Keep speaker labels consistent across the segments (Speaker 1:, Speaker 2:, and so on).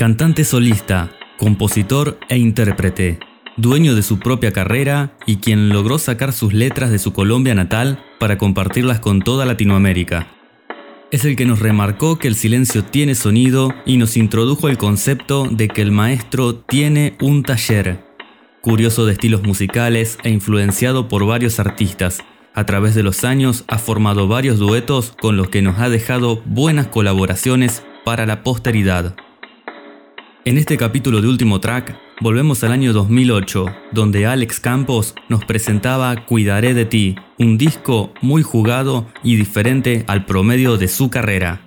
Speaker 1: Cantante solista, compositor e intérprete, dueño de su propia carrera y quien logró sacar sus letras de su Colombia natal para compartirlas con toda Latinoamérica. Es el que nos remarcó que el silencio tiene sonido y nos introdujo el concepto de que el maestro tiene un taller. Curioso de estilos musicales e influenciado por varios artistas, a través de los años ha formado varios duetos con los que nos ha dejado buenas colaboraciones para la posteridad. En este capítulo de Último Track, volvemos al año 2008, donde Alex Campos nos presentaba Cuidaré de ti, un disco muy jugado y diferente al promedio de su carrera.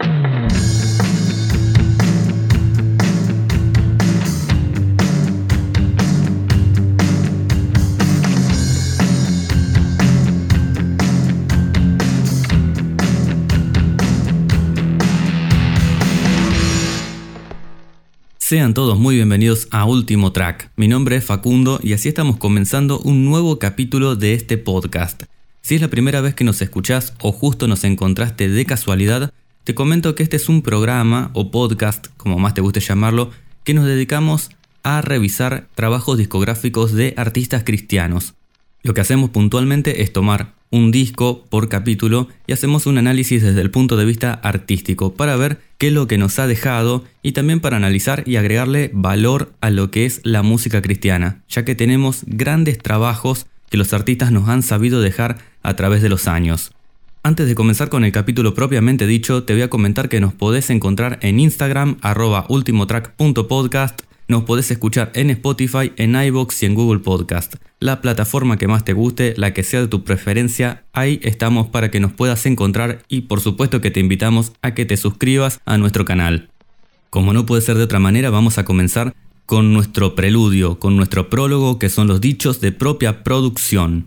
Speaker 1: Sean todos muy bienvenidos a Último Track. Mi nombre es Facundo y así estamos comenzando un nuevo capítulo de este podcast. Si es la primera vez que nos escuchás o justo nos encontraste de casualidad, te comento que este es un programa o podcast, como más te guste llamarlo, que nos dedicamos a revisar trabajos discográficos de artistas cristianos. Lo que hacemos puntualmente es tomar un disco por capítulo y hacemos un análisis desde el punto de vista artístico para ver qué es lo que nos ha dejado y también para analizar y agregarle valor a lo que es la música cristiana, ya que tenemos grandes trabajos que los artistas nos han sabido dejar a través de los años. Antes de comenzar con el capítulo propiamente dicho, te voy a comentar que nos podés encontrar en Instagram @ultimotrack.podcast. Nos podés escuchar en Spotify, en iVoox y en Google Podcast. La plataforma que más te guste, la que sea de tu preferencia, ahí estamos para que nos puedas encontrar y por supuesto que te invitamos a que te suscribas a nuestro canal. Como no puede ser de otra manera, vamos a comenzar con nuestro preludio, con nuestro prólogo, que son los dichos de propia producción.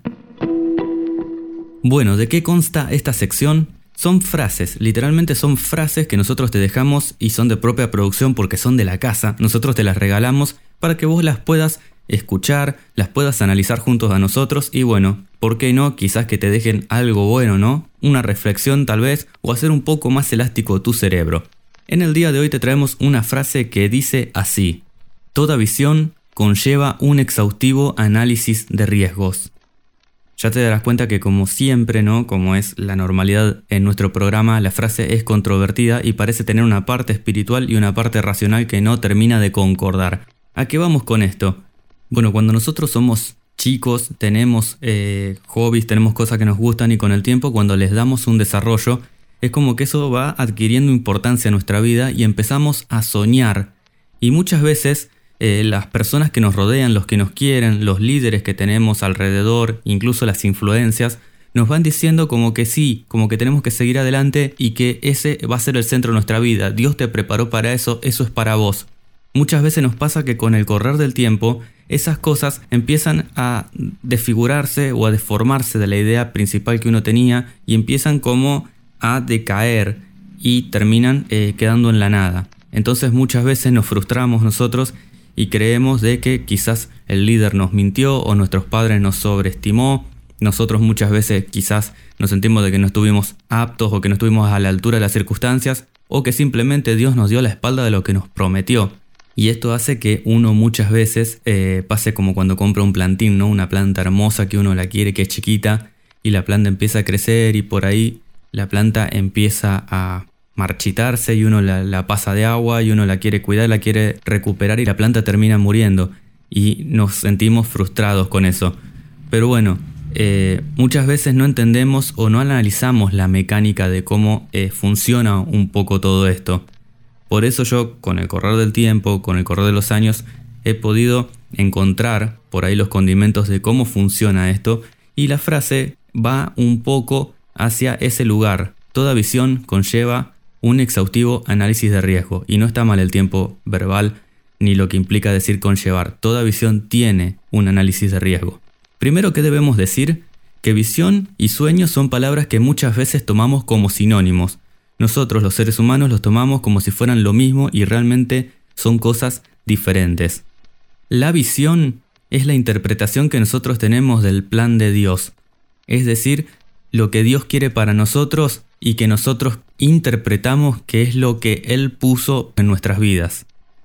Speaker 1: Bueno, ¿de qué consta esta sección? Son frases, literalmente son frases que nosotros te dejamos y son de propia producción porque son de la casa. Nosotros te las regalamos para que vos las puedas escuchar, las puedas analizar juntos a nosotros y bueno, ¿por qué no? Quizás que te dejen algo bueno, ¿no? Una reflexión tal vez o hacer un poco más elástico tu cerebro. En el día de hoy te traemos una frase que dice así: toda visión conlleva un exhaustivo análisis de riesgos. Ya te darás cuenta que como siempre, ¿no? Como es la normalidad en nuestro programa, la frase es controvertida y parece tener una parte espiritual y una parte racional que no termina de concordar. ¿A qué vamos con esto? Bueno, cuando nosotros somos chicos, tenemos hobbies, tenemos cosas que nos gustan y con el tiempo cuando les damos un desarrollo, es como que eso va adquiriendo importancia en nuestra vida y empezamos a soñar. Y muchas veces las personas que nos rodean, los que nos quieren, los líderes que tenemos alrededor, incluso las influencias, nos van diciendo como que sí, como que tenemos que seguir adelante y que ese va a ser el centro de nuestra vida. Dios te preparó para eso, eso es para vos. Muchas veces nos pasa que con el correr del tiempo, esas cosas empiezan a desfigurarse o a deformarse de la idea principal que uno tenía y empiezan como a decaer y terminan quedando en la nada. Entonces muchas veces nos frustramos nosotros y creemos de que quizás el líder nos mintió o nuestros padres nos sobreestimó. Nosotros muchas veces quizás nos sentimos de que no estuvimos aptos o que no estuvimos a la altura de las circunstancias o que simplemente Dios nos dio la espalda de lo que nos prometió. Y esto hace que uno muchas veces pase como cuando compra un plantín, ¿no? Una planta hermosa que uno la quiere, que es chiquita y la planta empieza a crecer y por ahí la planta empieza a marchitarse y uno la pasa de agua y uno la quiere cuidar, la quiere recuperar y la planta termina muriendo y nos sentimos frustrados con eso. Pero bueno, muchas veces no entendemos o no analizamos la mecánica de cómo funciona un poco todo esto. Por eso yo, con el correr del tiempo, con el correr de los años, he podido encontrar por ahí los condimentos de cómo funciona esto y la frase va un poco hacia ese lugar. Toda visión conlleva un exhaustivo análisis de riesgo y no está mal el tiempo verbal ni lo que implica decir conllevar. Toda visión tiene un análisis de riesgo. Primero, ¿qué debemos decir? Que visión y sueño son palabras que muchas veces tomamos como sinónimos. Nosotros, los seres humanos, los tomamos como si fueran lo mismo y realmente son cosas diferentes. La visión es la interpretación que nosotros tenemos del plan de Dios. Es decir, lo que Dios quiere para nosotros y que nosotros interpretamos que es lo que Él puso en nuestras vidas.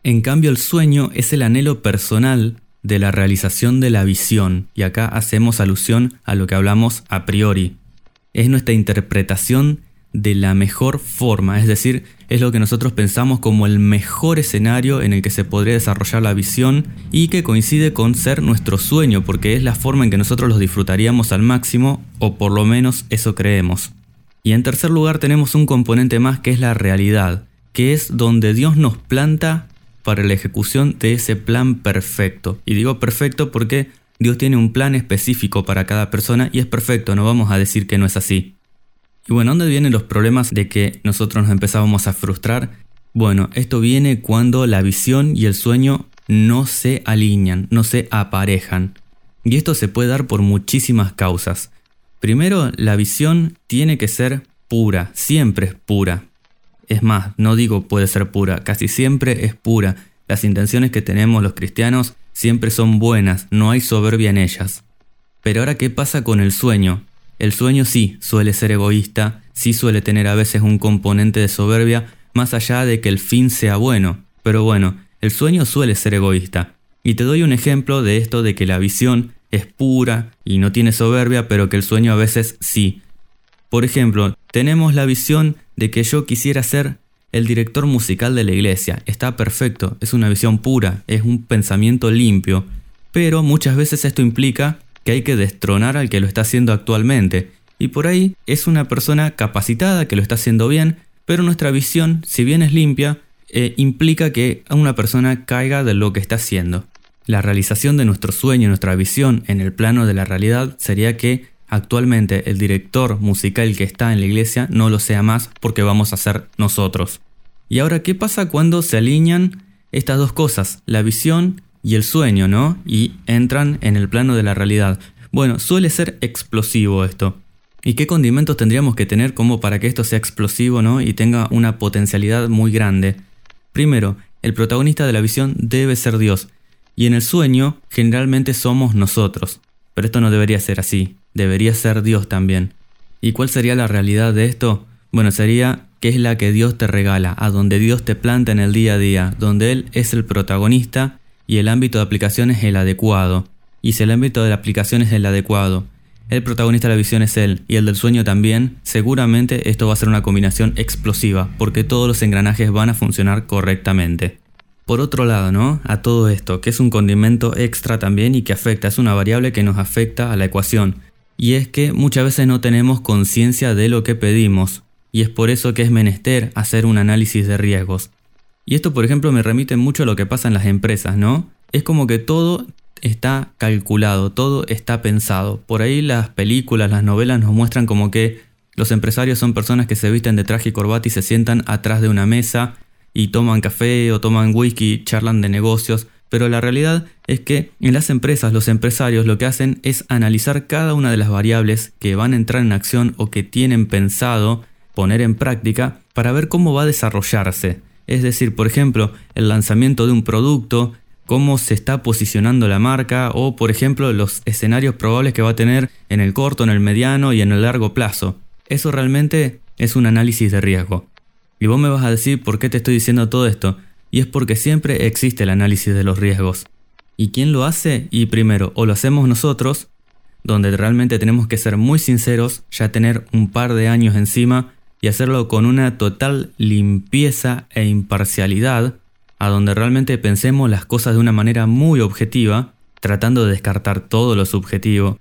Speaker 1: En cambio, el sueño es el anhelo personal de la realización de la visión, y acá hacemos alusión a lo que hablamos a priori. Es nuestra interpretación de la mejor forma, es decir, es lo que nosotros pensamos como el mejor escenario en el que se podría desarrollar la visión y que coincide con ser nuestro sueño, porque es la forma en que nosotros los disfrutaríamos al máximo, o por lo menos eso creemos. Y en tercer lugar tenemos un componente más que es la realidad, que es donde Dios nos planta para la ejecución de ese plan perfecto. Y digo perfecto porque Dios tiene un plan específico para cada persona y es perfecto, no vamos a decir que no es así. Y bueno, ¿dónde vienen los problemas de que nosotros nos empezábamos a frustrar? Bueno, esto viene cuando la visión y el sueño no se alinean, no se aparejan. Y esto se puede dar por muchísimas causas. Primero, la visión tiene que ser pura, siempre es pura. Es más, no digo puede ser pura, casi siempre es pura. Las intenciones que tenemos los cristianos siempre son buenas, no hay soberbia en ellas. Pero ahora, ¿qué pasa con el sueño? El sueño sí suele ser egoísta, sí suele tener a veces un componente de soberbia, más allá de que el fin sea bueno. Pero bueno, el sueño suele ser egoísta. Y te doy un ejemplo de esto de que la visión es pura y no tiene soberbia, pero que el sueño a veces sí. Por ejemplo, tenemos la visión de que yo quisiera ser el director musical de la iglesia. Está perfecto, es una visión pura, es un pensamiento limpio. Pero muchas veces esto implica que hay que destronar al que lo está haciendo actualmente. Y por ahí es una persona capacitada que lo está haciendo bien, pero nuestra visión, si bien es limpia, implica que una persona caiga de lo que está haciendo. La realización de nuestro sueño, nuestra visión en el plano de la realidad sería que actualmente el director musical que está en la iglesia no lo sea más porque vamos a ser nosotros. Y ahora, ¿qué pasa cuando se alinean estas dos cosas? La visión y el sueño, ¿no? Y entran en el plano de la realidad. Bueno, suele ser explosivo esto. ¿Y qué condimentos tendríamos que tener como para que esto sea explosivo, ¿no? Y tenga una potencialidad muy grande? Primero, el protagonista de la visión debe ser Dios. Y en el sueño, generalmente somos nosotros. Pero esto no debería ser así. Debería ser Dios también. ¿Y cuál sería la realidad de esto? Bueno, sería que es la que Dios te regala, a donde Dios te planta en el día a día, donde Él es el protagonista y el ámbito de aplicación es el adecuado. Y si el ámbito de la aplicación es el adecuado, el protagonista de la visión es Él y el del sueño también, seguramente esto va a ser una combinación explosiva, porque todos los engranajes van a funcionar correctamente. Por otro lado, ¿no? A todo esto, que es un condimento extra también y que afecta, es una variable que nos afecta a la ecuación. Y es que muchas veces no tenemos conciencia de lo que pedimos. Y es por eso que es menester hacer un análisis de riesgos. Y esto, por ejemplo, me remite mucho a lo que pasa en las empresas, ¿no? Es como que todo está calculado, todo está pensado. Por ahí las películas, las novelas nos muestran como que los empresarios son personas que se visten de traje y corbata y se sientan atrás de una mesa y toman café o toman whisky, charlan de negocios. Pero la realidad es que en las empresas los empresarios lo que hacen es analizar cada una de las variables que van a entrar en acción o que tienen pensado poner en práctica para ver cómo va a desarrollarse. Es decir, por ejemplo, el lanzamiento de un producto, cómo se está posicionando la marca o, por ejemplo, los escenarios probables que va a tener en el corto, en el mediano y en el largo plazo. Eso realmente es un análisis de riesgo. Y vos me vas a decir por qué te estoy diciendo todo esto. Y es porque siempre existe el análisis de los riesgos. ¿Y quién lo hace? Y primero, o lo hacemos nosotros, donde realmente tenemos que ser muy sinceros, ya tener un par de años encima y hacerlo con una total limpieza e imparcialidad, a donde realmente pensemos las cosas de una manera muy objetiva, tratando de descartar todo lo subjetivo.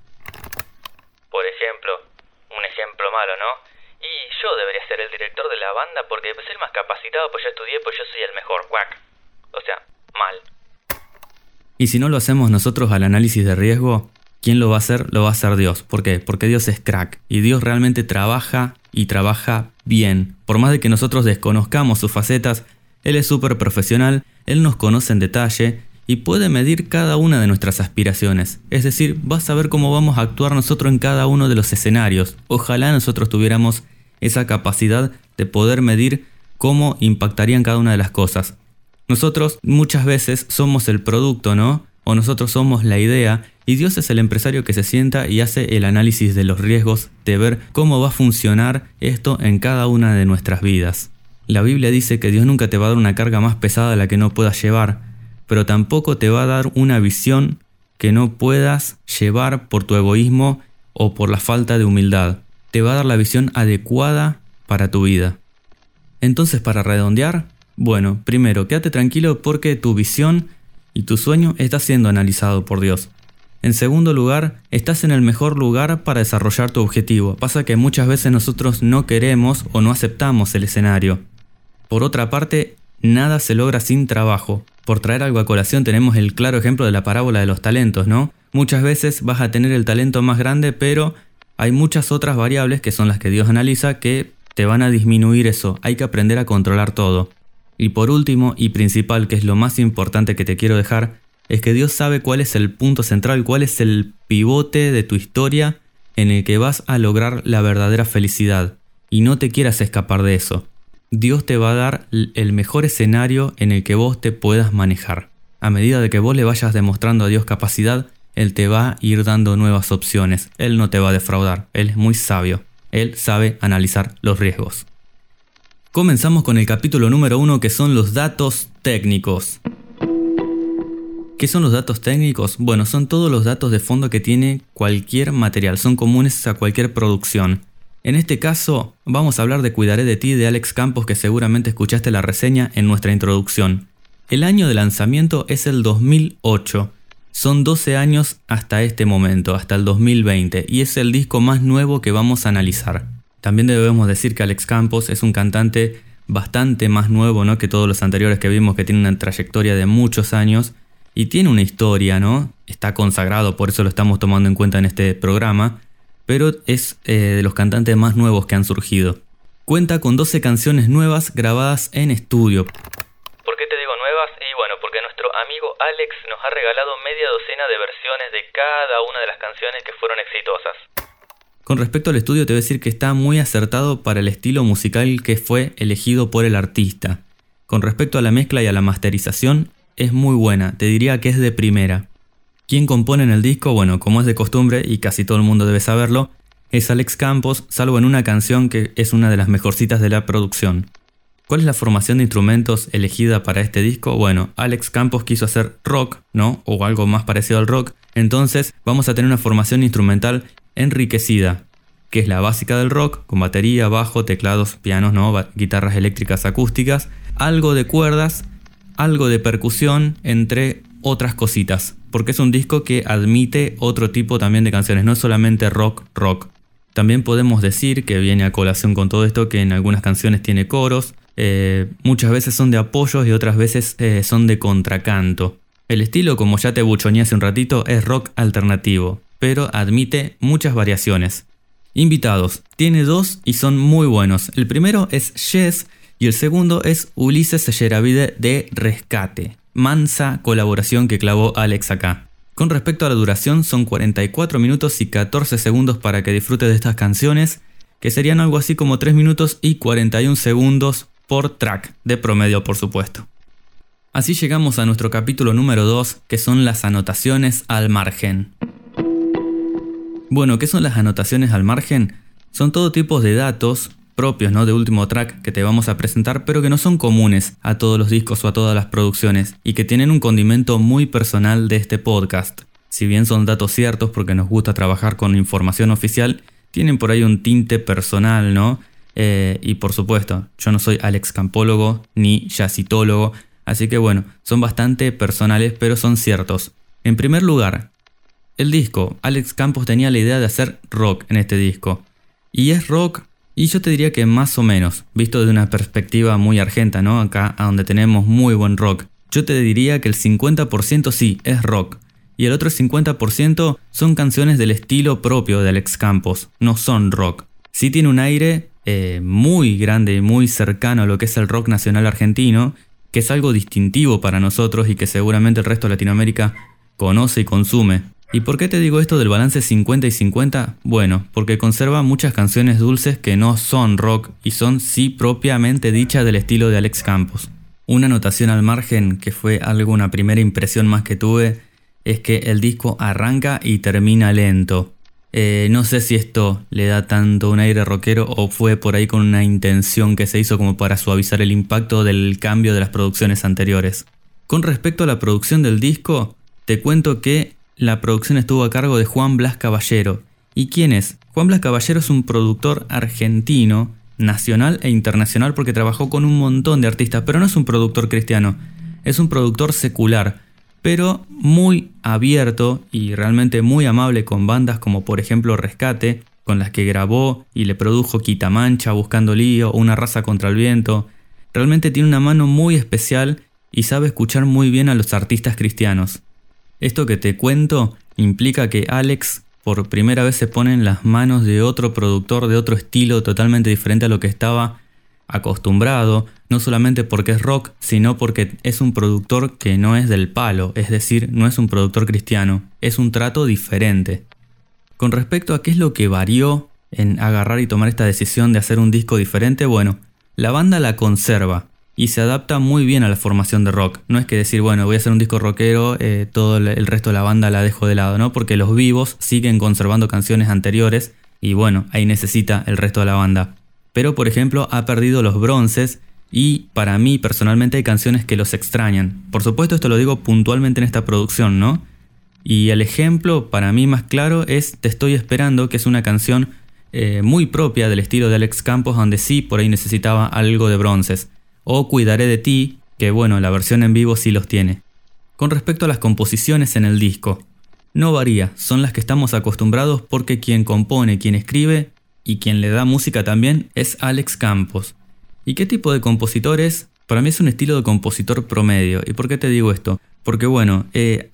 Speaker 2: Por ejemplo, un ejemplo malo, ¿no? Y yo debería ser el director de la banda porque soy el más capacitado, pues yo estudié, pues yo soy el mejor, guac. O sea, mal.
Speaker 1: Y si no lo hacemos nosotros al análisis de riesgo, ¿quién lo va a hacer? Lo va a hacer Dios. ¿Por qué? Porque Dios es crack y Dios realmente trabaja y trabaja bien. Por más de que nosotros desconozcamos sus facetas, Él es súper profesional, Él nos conoce en detalle y puede medir cada una de nuestras aspiraciones. Es decir, va a saber cómo vamos a actuar nosotros en cada uno de los escenarios. Ojalá nosotros tuviéramos esa capacidad de poder medir cómo impactarían cada una de las cosas. Nosotros muchas veces somos el producto, ¿no? O nosotros somos la idea y Dios es el empresario que se sienta y hace el análisis de los riesgos de ver cómo va a funcionar esto en cada una de nuestras vidas. La Biblia dice que Dios nunca te va a dar una carga más pesada de la que no puedas llevar, pero tampoco te va a dar una visión que no puedas llevar por tu egoísmo o por la falta de humildad. Te va a dar la visión adecuada para tu vida. Entonces, para redondear, bueno, primero, quédate tranquilo porque tu visión y tu sueño está siendo analizado por Dios. En segundo lugar, estás en el mejor lugar para desarrollar tu objetivo. Pasa que muchas veces nosotros no queremos o no aceptamos el escenario. Por otra parte, nada se logra sin trabajo. Por traer algo a colación tenemos el claro ejemplo de la parábola de los talentos, ¿no? Muchas veces vas a tener el talento más grande, pero hay muchas otras variables que son las que Dios analiza que te van a disminuir eso. Hay que aprender a controlar todo. Y por último y principal, que es lo más importante que te quiero dejar, es que Dios sabe cuál es el punto central, cuál es el pivote de tu historia en el que vas a lograr la verdadera felicidad. Y no te quieras escapar de eso. Dios te va a dar el mejor escenario en el que vos te puedas manejar. A medida de que vos le vayas demostrando a Dios capacidad, Él te va a ir dando nuevas opciones. Él no te va a defraudar. Él es muy sabio. Él sabe analizar los riesgos. Comenzamos con el capítulo número 1, que son los datos técnicos. ¿Qué son los datos técnicos? Bueno, son todos los datos de fondo que tiene cualquier material. Son comunes a cualquier producción. En este caso, vamos a hablar de Cuidaré de ti de Alex Campos, que seguramente escuchaste la reseña en nuestra introducción. El año de lanzamiento es el 2008. Son 12 años hasta este momento, hasta el 2020, y es el disco más nuevo que vamos a analizar. También debemos decir que Alex Campos es un cantante bastante más nuevo, ¿no?, que todos los anteriores que vimos, que tiene una trayectoria de muchos años y tiene una historia, ¿no? Está consagrado, por eso lo estamos tomando en cuenta en este programa. Pero es de los cantantes más nuevos que han surgido. Cuenta con 12 canciones nuevas grabadas en estudio.
Speaker 2: ¿Por qué te digo nuevas? Y bueno, porque nuestro amigo Alex nos ha regalado media docena de versiones de cada una de las canciones que fueron exitosas.
Speaker 1: Con respecto al estudio, te voy a decir que está muy acertado para el estilo musical que fue elegido por el artista. Con respecto a la mezcla y a la masterización, es muy buena, te diría que es de primera. ¿Quién compone en el disco? Bueno, como es de costumbre y casi todo el mundo debe saberlo, es Alex Campos, salvo en una canción que es una de las mejorcitas de la producción. ¿Cuál es la formación de instrumentos elegida para este disco? Bueno, Alex Campos quiso hacer rock, ¿no? O algo más parecido al rock. Entonces vamos a tener una formación instrumental enriquecida, que es la básica del rock, con batería, bajo, teclados, pianos, ¿no? Guitarras eléctricas acústicas, algo de cuerdas, algo de percusión, entre otras cositas, porque es un disco que admite otro tipo también de canciones, no es solamente rock. También podemos decir que viene a colación con todo esto que en algunas canciones tiene coros, muchas veces son de apoyos y otras veces son de contracanto. El estilo, como ya te buchoneé hace un ratito, es rock alternativo, pero admite muchas variaciones. Invitados, tiene 2 y son muy buenos. El primero es Yes y el segundo es Ulises Selleravide de Rescate. Mansa colaboración que clavó Alex acá. Con respecto a la duración, son 44 minutos y 14 segundos para que disfrutes de estas canciones, que serían algo así como 3 minutos y 41 segundos por track, de promedio por supuesto. Así llegamos a nuestro capítulo número 2, que son las anotaciones al margen. Bueno, ¿qué son las anotaciones al margen? Son todo tipo de datos propios, ¿no?, de último track que te vamos a presentar, pero que no son comunes a todos los discos o a todas las producciones y que tienen un condimento muy personal de este podcast. Si bien son datos ciertos porque nos gusta trabajar con información oficial, tienen por ahí un tinte personal, ¿no? Y por supuesto, yo no soy Alex Campólogo ni jazzitólogo, así que bueno, son bastante personales, pero son ciertos. En primer lugar, el disco. Alex Campos tenía la idea de hacer rock en este disco. Y es rock. Y yo te diría que más o menos, visto desde una perspectiva muy argenta, ¿no? Acá, a donde tenemos muy buen rock. Yo te diría que el 50% sí, es rock. Y el otro 50% son canciones del estilo propio de Alex Campos, no son rock. Sí tiene un aire muy grande y muy cercano a lo que es el rock nacional argentino, que es algo distintivo para nosotros y que seguramente el resto de Latinoamérica conoce y consume. ¿Y por qué te digo esto del balance 50 y 50? Bueno, porque conserva muchas canciones dulces que no son rock y son sí propiamente dichas del estilo de Alex Campos. Una anotación al margen, que fue una primera impresión más que tuve, es que el disco arranca y termina lento. No sé si esto le da tanto un aire rockero o fue por ahí con una intención que se hizo como para suavizar el impacto del cambio de las producciones anteriores. Con respecto a la producción del disco, te cuento que la producción estuvo a cargo de Juan Blas Caballero. ¿Y quién es? Juan Blas Caballero es un productor argentino, nacional e internacional, porque trabajó con un montón de artistas, pero no es un productor cristiano, es un productor secular, pero muy abierto y realmente muy amable con bandas como por ejemplo Rescate, con las que grabó y le produjo Quitamancha, Buscando Lío o Una Raza contra el Viento. Realmente tiene una mano muy especial y sabe escuchar muy bien a los artistas cristianos. Esto que te cuento implica que Alex por primera vez se pone en las manos de otro productor de otro estilo totalmente diferente a lo que estaba acostumbrado, no solamente porque es rock, sino porque es un productor que no es del palo, es decir, no es un productor cristiano, es un trato diferente. Con respecto a qué es lo que varió en agarrar y tomar esta decisión de hacer un disco diferente, bueno, la banda la conserva y se adapta muy bien a la formación de rock. No es que decir, bueno, voy a hacer un disco rockero, todo el resto de la banda la dejo de lado, ¿no? Porque los vivos siguen conservando canciones anteriores y bueno, ahí necesita el resto de la banda. Pero por ejemplo ha perdido los bronces y para mí personalmente hay canciones que los extrañan. Por supuesto esto lo digo puntualmente en esta producción, ¿no? Y el ejemplo para mí más claro es Te Estoy Esperando, que es una canción muy propia del estilo de Alex Campos, donde sí por ahí necesitaba algo de bronces. O Cuidaré de Ti, que bueno, la versión en vivo sí los tiene. Con respecto a las composiciones en el disco, no varía, son las que estamos acostumbrados porque quien compone, quien escribe y quien le da música también es Alex Campos. ¿Y qué tipo de compositor es? Para mí es un estilo de compositor promedio. ¿Y por qué te digo esto? Porque bueno,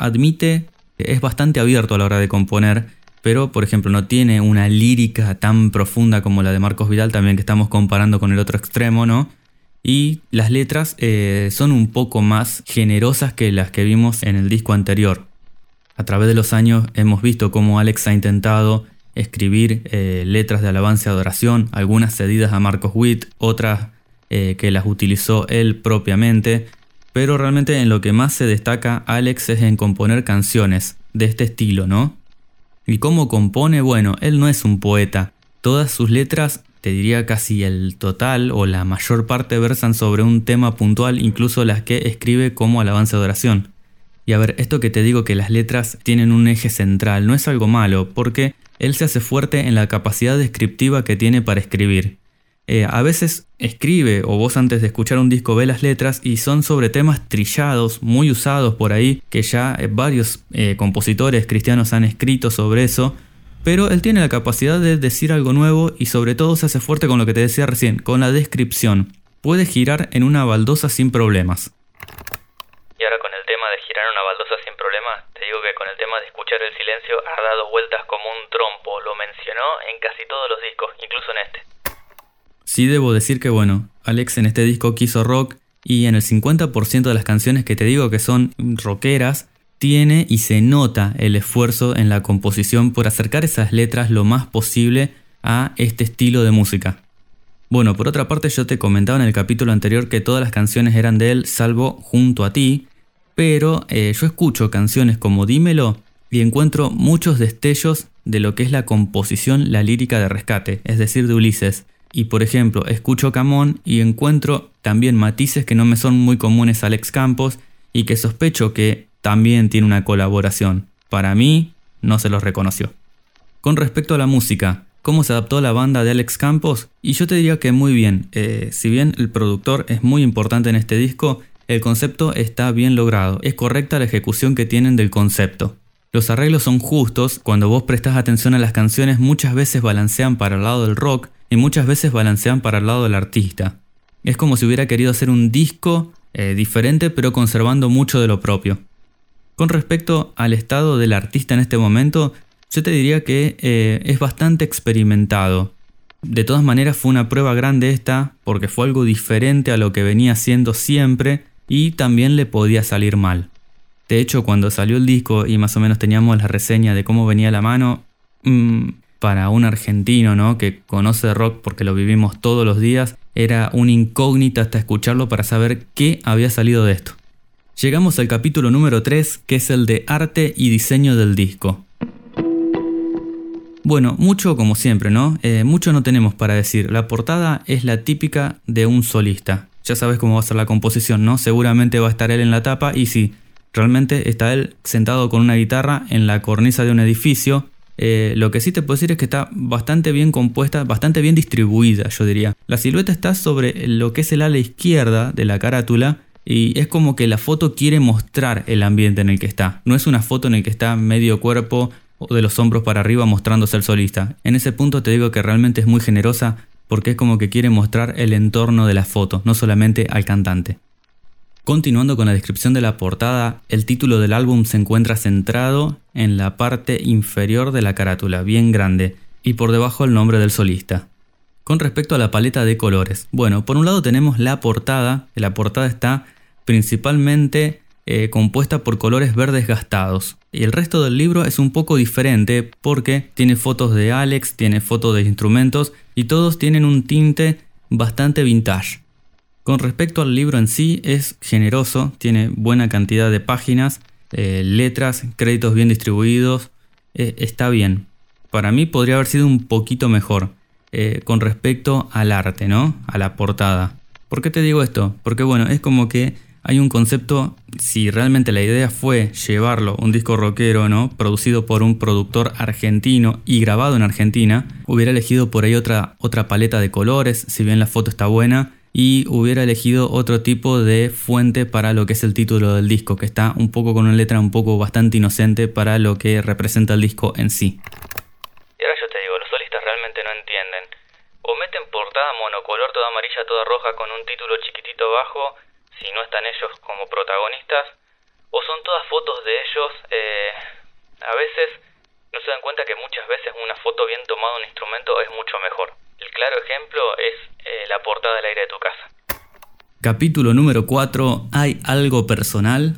Speaker 1: es bastante abierto a la hora de componer, pero por ejemplo no tiene una lírica tan profunda como la de Marcos Vidal, también que estamos comparando con el otro extremo, ¿no? Y las letras son un poco más generosas que las que vimos en el disco anterior. A través de los años hemos visto cómo Alex ha intentado escribir letras de alabanza y adoración, algunas cedidas a Marcos Witt, otras que las utilizó él propiamente, pero realmente en lo que más se destaca Alex es en componer canciones de este estilo, ¿no? ¿Y cómo compone? Bueno, él no es un poeta. Todas sus letras, te diría casi el total o la mayor parte, versan sobre un tema puntual, incluso las que escribe como alabanza y adoración. Y a ver, esto que te digo que las letras tienen un eje central no es algo malo, porque él se hace fuerte en la capacidad descriptiva que tiene para escribir. A veces escribe, o vos antes de escuchar un disco ves las letras y son sobre temas trillados, muy usados por ahí, que ya varios compositores cristianos han escrito sobre eso, pero él tiene la capacidad de decir algo nuevo y sobre todo se hace fuerte con lo que te decía recién, con la descripción. Puede girar en una baldosa sin problemas.
Speaker 2: Y ahora con el tema de girar en una baldosa sin problemas, te digo que con el tema de escuchar el silencio ha dado vueltas como un trompo, lo mencionó en casi todos los discos, incluso en este.
Speaker 1: Sí debo decir que bueno, Alex en este disco quiso rock y en el 50% de las canciones que te digo que son rockeras, tiene y se nota el esfuerzo en la composición por acercar esas letras lo más posible a este estilo de música. Bueno, por otra parte yo te comentaba en el capítulo anterior que todas las canciones eran de él salvo Junto a Ti, pero yo escucho canciones como Dímelo y encuentro muchos destellos de lo que es la composición, la lírica de Rescate, es decir, de Ulises. Y por ejemplo, escucho Camón y encuentro también matices que no me son muy comunes a Alex Campos y que sospecho que también tiene una colaboración. Para mí, no se los reconoció. Con respecto a la música, ¿cómo se adaptó la banda de Alex Campos? Y yo te diría que muy bien. Si bien el productor es muy importante en este disco, el concepto está bien logrado. Es correcta la ejecución que tienen del concepto. Los arreglos son justos. Cuando vos prestás atención a las canciones, muchas veces balancean para el lado del rock y muchas veces balancean para el lado del artista. Es como si hubiera querido hacer un disco diferente, pero conservando mucho de lo propio. Con respecto al estado del artista en este momento, yo te diría que es bastante experimentado. De todas maneras fue una prueba grande esta, porque fue algo diferente a lo que venía haciendo siempre y también le podía salir mal. De hecho, cuando salió el disco y más o menos teníamos la reseña de cómo venía la mano, para un argentino, ¿no?, que conoce rock porque lo vivimos todos los días, era una incógnita hasta escucharlo para saber qué había salido de esto. Llegamos al capítulo número 3, que es el de arte y diseño del disco. Bueno, mucho como siempre, ¿no? Mucho no tenemos para decir. La portada es la típica de un solista. Ya sabes cómo va a ser la composición, ¿no? Seguramente va a estar él en la tapa y sí, realmente está él sentado con una guitarra en la cornisa de un edificio. Lo que sí te puedo decir es que está bastante bien compuesta, bastante bien distribuida, yo diría. La silueta está sobre lo que es el ala izquierda de la carátula y es como que la foto quiere mostrar el ambiente en el que está. No es una foto en el que está medio cuerpo o de los hombros para arriba mostrándose el solista. En ese punto te digo que realmente es muy generosa porque es como que quiere mostrar el entorno de la foto, no solamente al cantante. Continuando con la descripción de la portada, el título del álbum se encuentra centrado en la parte inferior de la carátula, bien grande, y por debajo el nombre del solista. Con respecto a la paleta de colores, bueno, por un lado tenemos la portada está principalmente compuesta por colores verdes gastados, y el resto del libro es un poco diferente porque tiene fotos de Alex, tiene fotos de instrumentos, y todos tienen un tinte bastante vintage. Con respecto al libro en sí, es generoso, tiene buena cantidad de páginas, letras, créditos bien distribuidos, está bien. Para mí podría haber sido un poquito mejor con respecto al arte, ¿no? A la portada. ¿Por qué te digo esto? Porque bueno, es como que hay un concepto, si realmente la idea fue llevarlo, un disco rockero, ¿no? Producido por un productor argentino y grabado en Argentina, hubiera elegido por ahí otra paleta de colores, si bien la foto está buena, y hubiera elegido otro tipo de fuente para lo que es el título del disco, que está un poco con una letra un poco bastante inocente para lo que representa el disco en sí.
Speaker 2: Y ahora yo te digo, los solistas realmente no entienden. O meten portada monocolor toda amarilla, toda roja con un título chiquitito abajo, si no están ellos como protagonistas, o son todas fotos de ellos. A veces no se dan cuenta que muchas veces una foto bien tomada de un instrumento es mucho mejor. El claro ejemplo es la portada del aire de tu casa.
Speaker 1: Capítulo número 4. ¿Hay algo personal?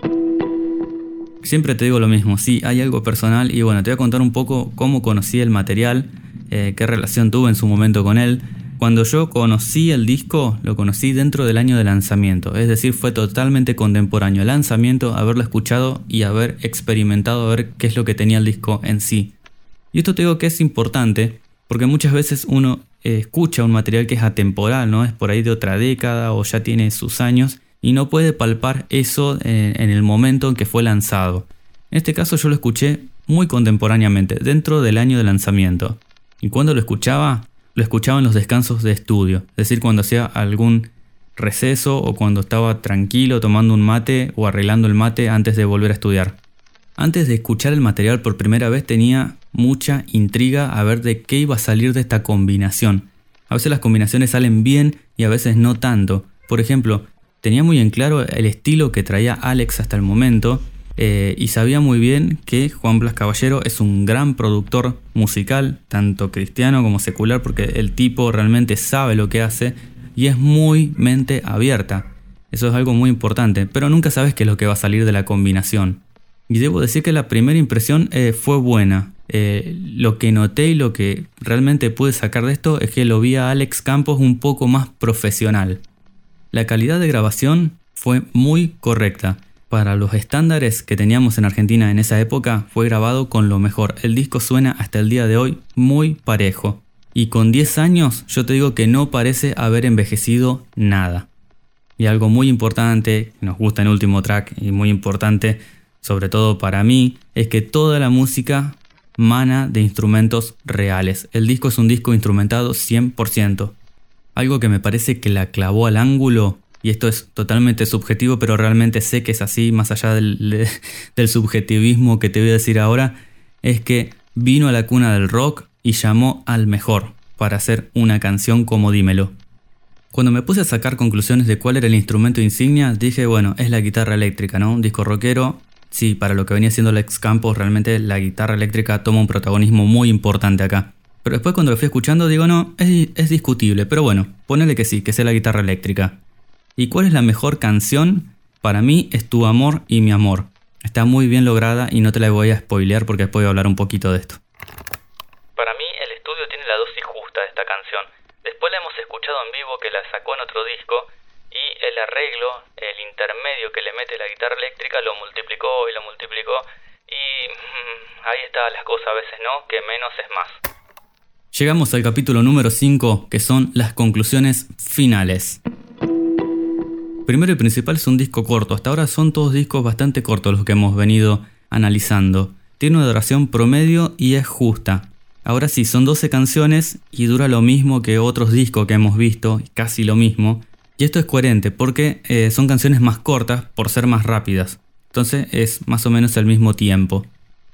Speaker 1: Siempre te digo lo mismo, sí, hay algo personal. Y bueno, te voy a contar un poco cómo conocí el material, qué relación tuve en su momento con él. Cuando yo conocí el disco, lo conocí dentro del año de lanzamiento. Es decir, fue totalmente contemporáneo al lanzamiento, haberlo escuchado y haber experimentado, a ver qué es lo que tenía el disco en sí. Y esto te digo que es importante porque muchas veces uno escucha un material que es atemporal, ¿no? Es por ahí de otra década o ya tiene sus años y no puede palpar eso en el momento en que fue lanzado. En este caso yo lo escuché muy contemporáneamente, dentro del año de lanzamiento. Y cuando lo escuchaba en los descansos de estudio, es decir, cuando hacía algún receso o cuando estaba tranquilo tomando un mate o arreglando el mate antes de volver a estudiar. Antes de escuchar el material por primera vez tenía mucha intriga a ver de qué iba a salir de esta combinación. A veces las combinaciones salen bien y a veces no tanto. Por ejemplo, tenía muy en claro el estilo que traía Alex hasta el momento y sabía muy bien que Juan Blas Caballero es un gran productor musical, tanto cristiano como secular, porque el tipo realmente sabe lo que hace y es muy mente abierta. Eso es algo muy importante, pero nunca sabes qué es lo que va a salir de la combinación. Y debo decir que la primera impresión fue buena. Lo que noté y lo que realmente pude sacar de esto es que lo vi a Alex Campos un poco más profesional. La calidad de grabación fue muy correcta. Para los estándares que teníamos en Argentina en esa época, fue grabado con lo mejor. El disco suena hasta el día de hoy muy parejo. Y con 10 años yo te digo que no parece haber envejecido nada. Y algo muy importante, que nos gusta en Último Track y muy importante, sobre todo para mí, es que toda la música mana de instrumentos reales. El disco es un disco instrumentado 100%. Algo que me parece que la clavó al ángulo, y esto es totalmente subjetivo, pero realmente sé que es así, más allá del subjetivismo que te voy a decir ahora, es que vino a la cuna del rock y llamó al mejor para hacer una canción como Dímelo. Cuando me puse a sacar conclusiones de cuál era el instrumento insignia, dije, bueno, es la guitarra eléctrica, ¿no? Un disco rockero. Sí, para lo que venía siendo Alex Campos, realmente la guitarra eléctrica toma un protagonismo muy importante acá. Pero después cuando lo fui escuchando digo, no, es discutible, pero bueno, ponele que sí, que sea la guitarra eléctrica. ¿Y cuál es la mejor canción? Para mí es Tu Amor y Mi Amor. Está muy bien lograda y no te la voy a spoilear porque después voy a hablar un poquito de esto.
Speaker 2: Para mí el estudio tiene la dosis justa de esta canción. Después la hemos escuchado en vivo que la sacó en otro disco. Y el arreglo, el intermedio que le mete la guitarra eléctrica lo multiplicó. Y ahí está las cosas a veces, ¿no? Que menos es más.
Speaker 1: Llegamos al capítulo número 5, que son las conclusiones finales. Primero y principal es un disco corto. Hasta ahora son todos discos bastante cortos los que hemos venido analizando. Tiene una duración promedio y es justa. Ahora sí, son 12 canciones y dura lo mismo que otros discos que hemos visto, casi lo mismo. Y esto es coherente porque son canciones más cortas por ser más rápidas. Entonces es más o menos el mismo tiempo.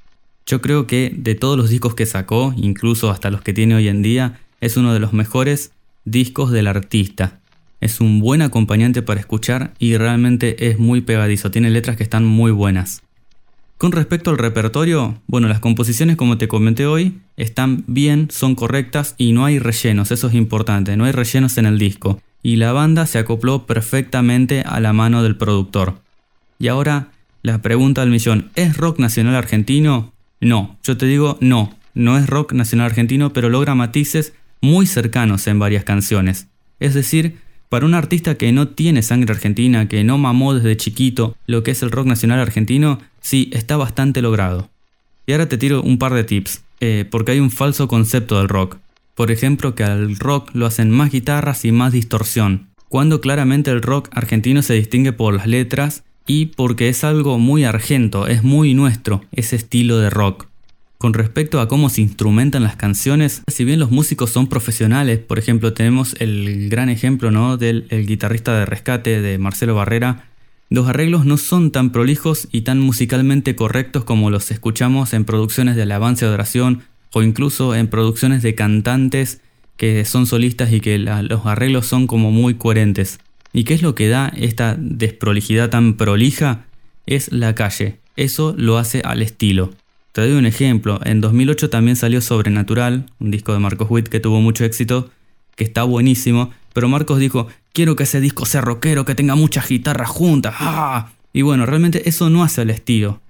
Speaker 1: Yo creo que de todos los discos que sacó, incluso hasta los que tiene hoy en día, es uno de los mejores discos del artista. Es un buen acompañante para escuchar y realmente es muy pegadizo. Tiene letras que están muy buenas. Con respecto al repertorio, bueno, las composiciones, como te comenté hoy, están bien, son correctas y no hay rellenos. Eso es importante, no hay rellenos en el disco. Y la banda se acopló perfectamente a la mano del productor. Y ahora, la pregunta del millón, ¿es rock nacional argentino? No, yo te digo no es rock nacional argentino, pero logra matices muy cercanos en varias canciones. Es decir, para un artista que no tiene sangre argentina, que no mamó desde chiquito lo que es el rock nacional argentino, sí, está bastante logrado. Y ahora te tiro un par de tips, porque hay un falso concepto del rock. Por ejemplo, que al rock lo hacen más guitarras y más distorsión, cuando claramente el rock argentino se distingue por las letras y porque es algo muy argento, es muy nuestro, ese estilo de rock. Con respecto a cómo se instrumentan las canciones, si bien los músicos son profesionales, por ejemplo tenemos el gran ejemplo, ¿no?, del guitarrista de Rescate, de Marcelo Barrera, los arreglos no son tan prolijos y tan musicalmente correctos como los escuchamos en producciones de alabanza y adoración o incluso en producciones de cantantes que son solistas y que los arreglos son como muy coherentes. ¿Y qué es lo que da esta desprolijidad tan prolija? Es la calle, eso lo hace al estilo. Te doy un ejemplo, en 2008 también salió Sobrenatural, un disco de Marcos Witt que tuvo mucho éxito, que está buenísimo, pero Marcos dijo, quiero que ese disco sea rockero, que tenga muchas guitarras juntas, ¡ah! Y bueno, realmente eso no hace el estilo.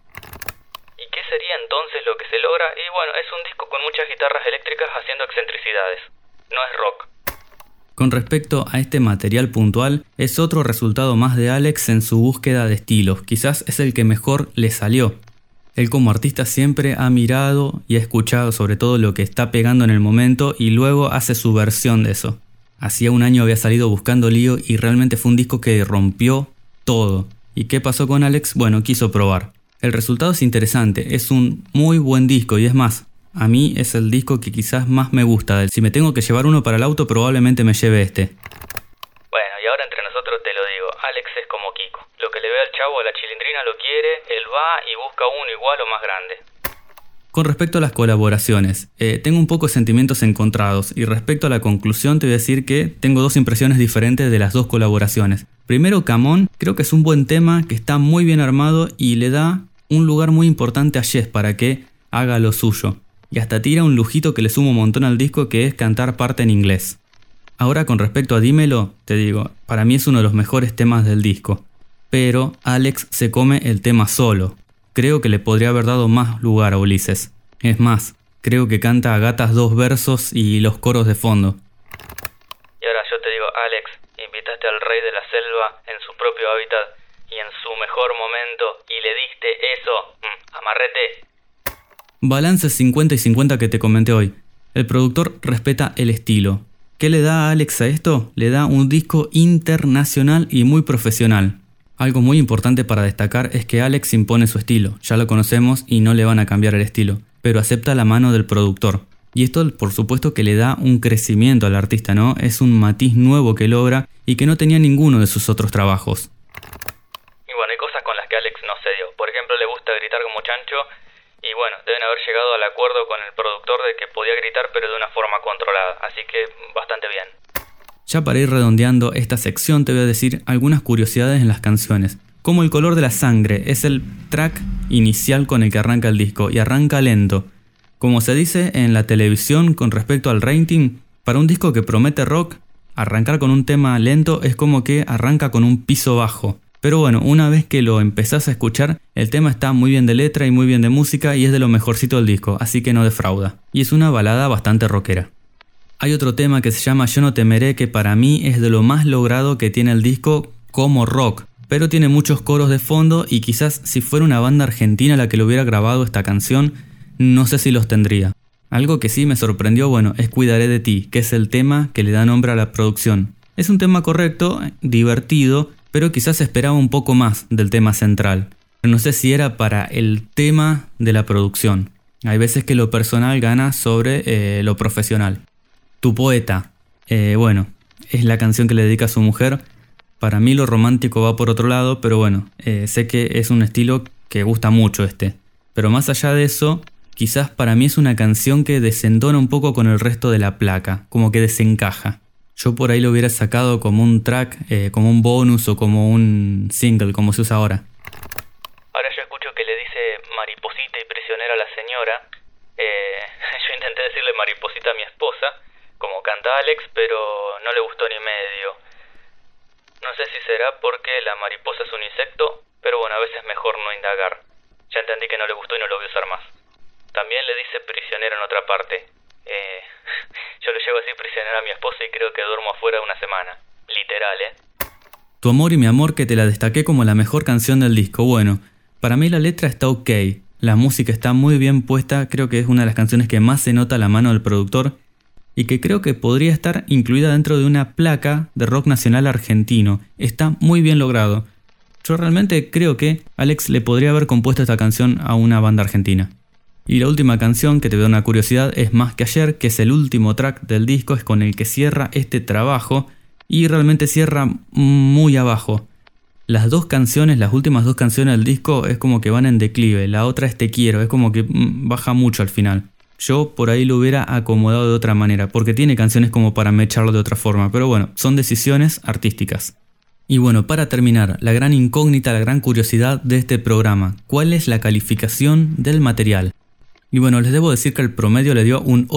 Speaker 2: ¿Y qué sería entonces lo que se logra? Y bueno, es un disco con muchas guitarras eléctricas haciendo excentricidades, no es rock.
Speaker 1: Con respecto a este material puntual, es otro resultado más de Alex en su búsqueda de estilos, quizás es el que mejor le salió. Él como artista siempre ha mirado y ha escuchado sobre todo lo que está pegando en el momento y luego hace su versión de eso. Hacía un año había salido Buscando Lío y realmente fue un disco que rompió todo. ¿Y qué pasó con Alex? Bueno, quiso probar. El resultado es interesante, es un muy buen disco y es más, a mí es el disco que quizás más me gusta. Si me tengo que llevar uno para el auto probablemente me lleve este.
Speaker 2: Bueno, y ahora entre nosotros te lo digo, Alex es como Kiko. Lo que le ve al chavo a la chilindrina lo quiere, él va y busca uno igual o más grande.
Speaker 1: Con respecto a las colaboraciones, tengo un poco de sentimientos encontrados y respecto a la conclusión te voy a decir que tengo dos impresiones diferentes de las dos colaboraciones. Primero, Camón, creo que es un buen tema que está muy bien armado y le da un lugar muy importante a Jess para que haga lo suyo. Y hasta tira un lujito que le suma un montón al disco, que es cantar parte en inglés. Ahora con respecto a Dímelo, te digo, para mí es uno de los mejores temas del disco. Pero Alex se come el tema solo. Creo que le podría haber dado más lugar a Ulises. Es más, creo que canta a gatas 2 versos y los coros de fondo.
Speaker 2: Y ahora yo te digo, Alex, invitaste al rey de la selva en su propio hábitat y en su mejor momento y le diste eso. Amarrete.
Speaker 1: Balance 50 y 50 que te comenté hoy. El productor respeta el estilo. ¿Qué le da a Alex a esto? Le da un disco internacional y muy profesional. Algo muy importante para destacar es que Alex impone su estilo. Ya lo conocemos y no le van a cambiar el estilo, pero acepta la mano del productor. Y esto por supuesto que le da un crecimiento al artista, ¿no? Es un matiz nuevo que logra y que no tenía ninguno de sus otros trabajos.
Speaker 2: Y bueno, hay cosas con las que Alex no se dio. Por ejemplo, le gusta gritar como chancho. Y bueno, deben haber llegado al acuerdo con el productor de que podía gritar pero de una forma controlada, así que bastante bien.
Speaker 1: Ya para ir redondeando esta sección te voy a decir algunas curiosidades en las canciones. Como El color de la sangre es el track inicial con el que arranca el disco y arranca lento. Como se dice en la televisión con respecto al rating, para un disco que promete rock, arrancar con un tema lento es como que arranca con un piso bajo. Pero bueno, una vez que lo empezás a escuchar, el tema está muy bien de letra y muy bien de música y es de lo mejorcito del disco, así que no defrauda. Y es una balada bastante rockera. Hay otro tema que se llama Yo no temeré, que para mí es de lo más logrado que tiene el disco como rock, pero tiene muchos coros de fondo y quizás si fuera una banda argentina la que le hubiera grabado esta canción, no sé si los tendría. Algo que sí me sorprendió, bueno, es Cuidaré de ti, que es el tema que le da nombre a la producción. Es un tema correcto, divertido, pero quizás esperaba un poco más del tema central. No sé si era para el tema de la producción. Hay veces que lo personal gana sobre lo profesional. Tu poeta, bueno, es la canción que le dedica a su mujer. Para mí lo romántico va por otro lado, pero bueno, sé que es un estilo que gusta mucho este. Pero más allá de eso, quizás para mí es una canción que desentona un poco con el resto de la placa, como que desencaja. Yo por ahí lo hubiera sacado como un track, como un bonus o como un single, como se usa ahora.
Speaker 2: Ahora yo escucho que le dice mariposita y prisionera a la señora. Yo intenté decirle mariposita a mi esposa, como canta Alex, pero no le gustó ni medio. No sé si será porque la mariposa es un insecto, pero bueno, a veces es mejor no indagar. Ya entendí que no le gustó y no lo voy a usar más. También le dice prisionera en otra parte. Yo le llevo así prisionera a mi esposa y creo que duermo afuera una semana. Literal,
Speaker 1: Tu amor y mi amor, que te la destaqué como la mejor canción del disco. Bueno, para mí la letra está ok. La música está muy bien puesta. Creo que es una de las canciones que más se nota la mano del productor. Y que creo que podría estar incluida dentro de una placa de rock nacional argentino. Está muy bien logrado. Yo realmente creo que Alex le podría haber compuesto esta canción a una banda argentina. Y la última canción, que te da una curiosidad, es Más que ayer, que es el último track del disco, es con el que cierra este trabajo y realmente cierra muy abajo. Las últimas dos canciones del disco es como que van en declive, la otra es Te quiero, es como que baja mucho al final. Yo por ahí lo hubiera acomodado de otra manera, porque tiene canciones como para mecharlo de otra forma, pero bueno, son decisiones artísticas. Y bueno, para terminar, la gran incógnita, la gran curiosidad de este programa, ¿cuál es la calificación del material? Y bueno, les debo decir que el promedio le dio un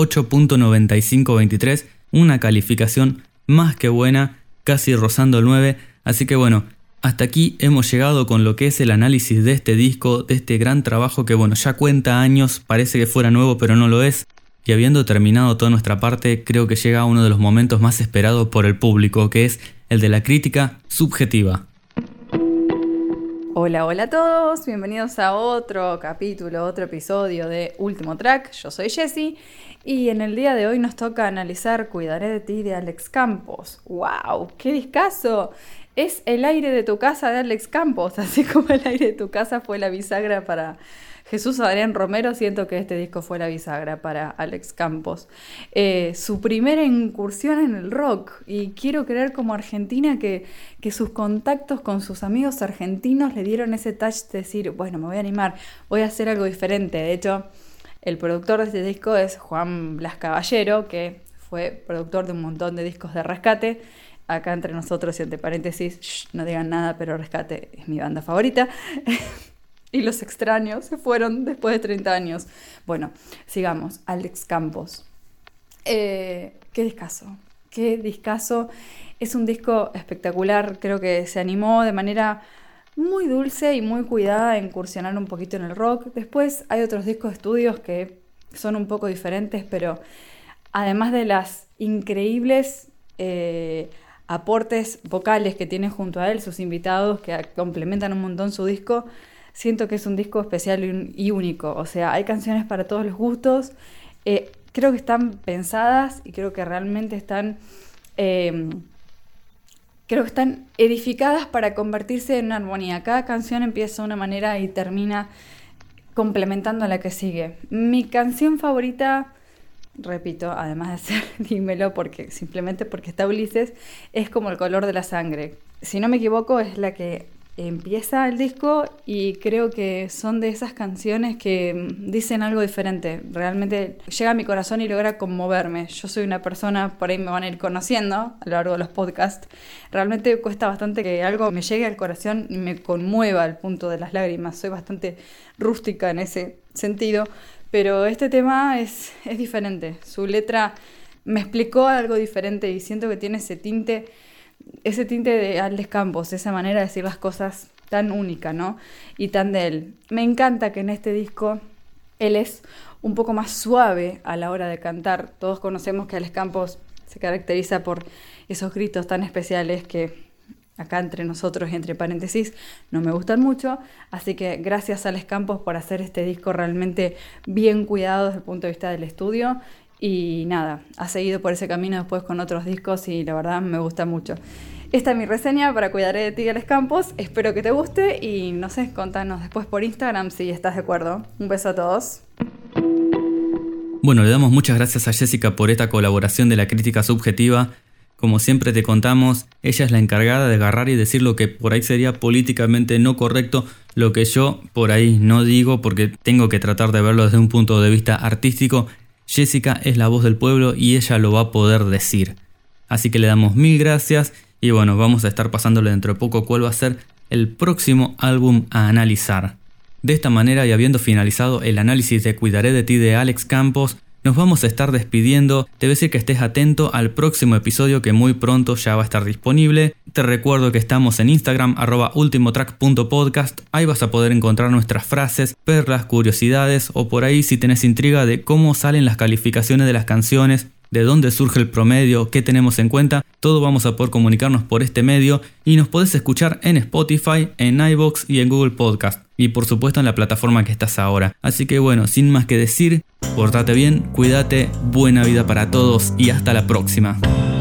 Speaker 1: 8.9523, una calificación más que buena, casi rozando el 9, así que bueno, hasta aquí hemos llegado con lo que es el análisis de este disco, de este gran trabajo que bueno, ya cuenta años, parece que fuera nuevo pero no lo es, y habiendo terminado toda nuestra parte, creo que llega uno de los momentos más esperados por el público, que es el de la crítica subjetiva.
Speaker 3: Hola, hola a todos, bienvenidos a otro capítulo, otro episodio de Último Track. Yo soy Jessie y en el día de hoy nos toca analizar Cuidaré de ti de Alex Campos. ¡Wow! ¡Qué discazo! Es el aire de tu casa de Alex Campos, así como el aire de tu casa fue la bisagra para Jesús Adrián Romero, siento que este disco fue la bisagra para Alex Campos. Su primera incursión en el rock, y quiero creer como argentina que sus contactos con sus amigos argentinos le dieron ese touch de decir, bueno, me voy a animar, voy a hacer algo diferente. De hecho, el productor de este disco es Juan Blas Caballero, que fue productor de un montón de discos de Rescate. Acá entre nosotros y entre paréntesis, no digan nada, pero Rescate es mi banda favorita. Y Los Extraños se fueron después de 30 años. Bueno, sigamos. Alex Campos. Qué discazo. Qué discazo. Es un disco espectacular. Creo que se animó de manera muy dulce y muy cuidada a incursionar un poquito en el rock. Después hay otros discos de estudios que son un poco diferentes, pero además de las increíbles aportes vocales que tiene junto a él, sus invitados que complementan un montón su disco, siento que es un disco especial y único. O sea, hay canciones para todos los gustos. Creo que están pensadas y creo que realmente están edificadas para convertirse en una armonía. Cada canción empieza de una manera y termina complementando a la que sigue. Mi canción favorita, repito, además de ser Dímelo, simplemente porque está Ulises, es como El color de la sangre. Si no me equivoco, es la que empieza el disco y creo que son de esas canciones que dicen algo diferente. Realmente llega a mi corazón y logra conmoverme. Yo soy una persona, por ahí me van a ir conociendo a lo largo de los podcasts. Realmente cuesta bastante que algo me llegue al corazón y me conmueva al punto de las lágrimas. Soy bastante rústica en ese sentido, pero este tema es diferente. Su letra me explicó algo diferente y siento que tiene ese tinte de Alex Campos, esa manera de decir las cosas tan única, ¿no? Y tan de él. Me encanta que en este disco él es un poco más suave a la hora de cantar. Todos conocemos que Alex Campos se caracteriza por esos gritos tan especiales que acá entre nosotros y entre paréntesis, no me gustan mucho. Así que gracias a Alex Campos por hacer este disco realmente bien cuidado desde el punto de vista del estudio. Y nada, ha seguido por ese camino después con otros discos y la verdad me gusta mucho. Esta es mi reseña para Cuidaré de ti, Alex Campos. Espero que te guste y no sé, contanos después por Instagram si estás de acuerdo. Un beso a todos.
Speaker 1: Bueno, le damos muchas gracias a Jessica por esta colaboración de la crítica subjetiva. Como siempre te contamos, ella es la encargada de agarrar y decir lo que por ahí sería políticamente no correcto, lo que yo por ahí no digo porque tengo que tratar de verlo desde un punto de vista artístico. Jessica es la voz del pueblo y ella lo va a poder decir. Así que le damos mil gracias y bueno, vamos a estar pasándole dentro de poco cuál va a ser el próximo álbum a analizar. De esta manera y habiendo finalizado el análisis de Cuidaré de ti de Alex Campos, nos vamos a estar despidiendo. Te voy a decir que estés atento al próximo episodio que muy pronto ya va a estar disponible. Te recuerdo que estamos en Instagram @ultimotrack.podcast. Ahí vas a poder encontrar nuestras frases, perlas, curiosidades o por ahí si tenés intriga de cómo salen las calificaciones de las canciones, de dónde surge el promedio, qué tenemos en cuenta, todo vamos a poder comunicarnos por este medio y nos podés escuchar en Spotify, en iVoox y en Google Podcast y por supuesto en la plataforma que estás ahora. Así que bueno, sin más que decir, pórtate bien, cuídate, buena vida para todos y hasta la próxima.